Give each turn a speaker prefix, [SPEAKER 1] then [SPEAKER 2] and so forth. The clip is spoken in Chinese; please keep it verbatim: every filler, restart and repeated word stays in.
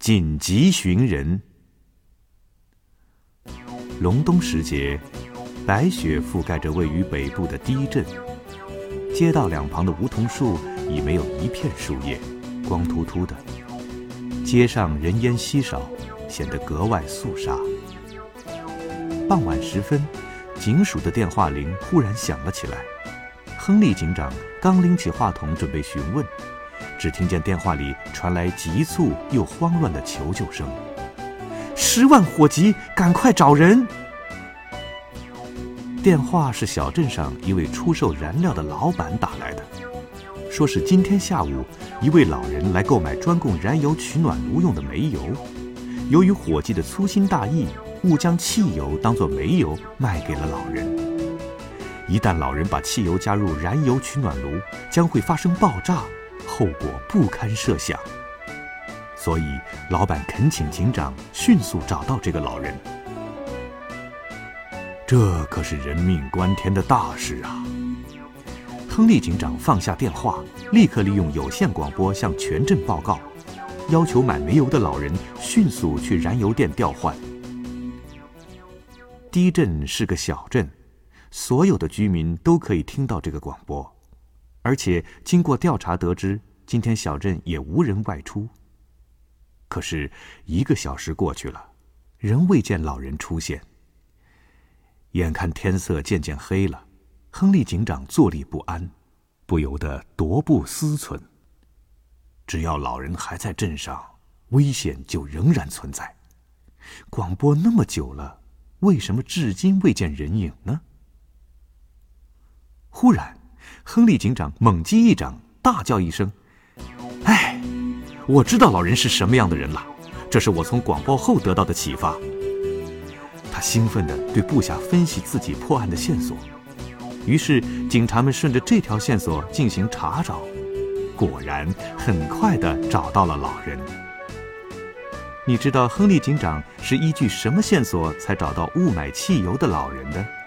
[SPEAKER 1] 紧急寻人。隆冬时节，白雪覆盖着位于北部的第一镇，街道两旁的梧桐树已没有一片树叶，光秃秃的，街上人烟稀少，显得格外肃杀。傍晚时分，警署的电话铃忽然响了起来。亨利警长刚拎起话筒准备询问，只听见电话里传来急促又慌乱的求救声：十万火急，赶快找人！电话是小镇上一位出售燃料的老板打来的，说是今天下午一位老人来购买专供燃油取暖炉用的煤油，由于伙计的粗心大意，误将汽油当作煤油卖给了老人。一旦老人把汽油加入燃油取暖炉，将会发生爆炸，后果不堪设想。所以老板恳请警长迅速找到这个老人。这可是人命关天的大事啊！亨利警长放下电话，立刻利用有线广播向全镇报告，要求买煤油的老人迅速去燃油店调换。第一镇是个小镇，所有的居民都可以听到这个广播，而且经过调查得知，今天小镇也无人外出。可是一个小时过去了，仍未见老人出现。眼看天色渐渐黑了，亨利警长坐立不安，不由得踱步思忖。只要老人还在镇上，危险就仍然存在。广播那么久了，为什么至今未见人影呢？忽然，亨利警长猛击一掌，大叫一声：哎，我知道老人是什么样的人了，这是我从广播后得到的启发。他兴奋地对部下分析自己破案的线索，于是警察们顺着这条线索进行查找，果然很快地找到了老人。你知道亨利警长是依据什么线索才找到误买汽油的老人的？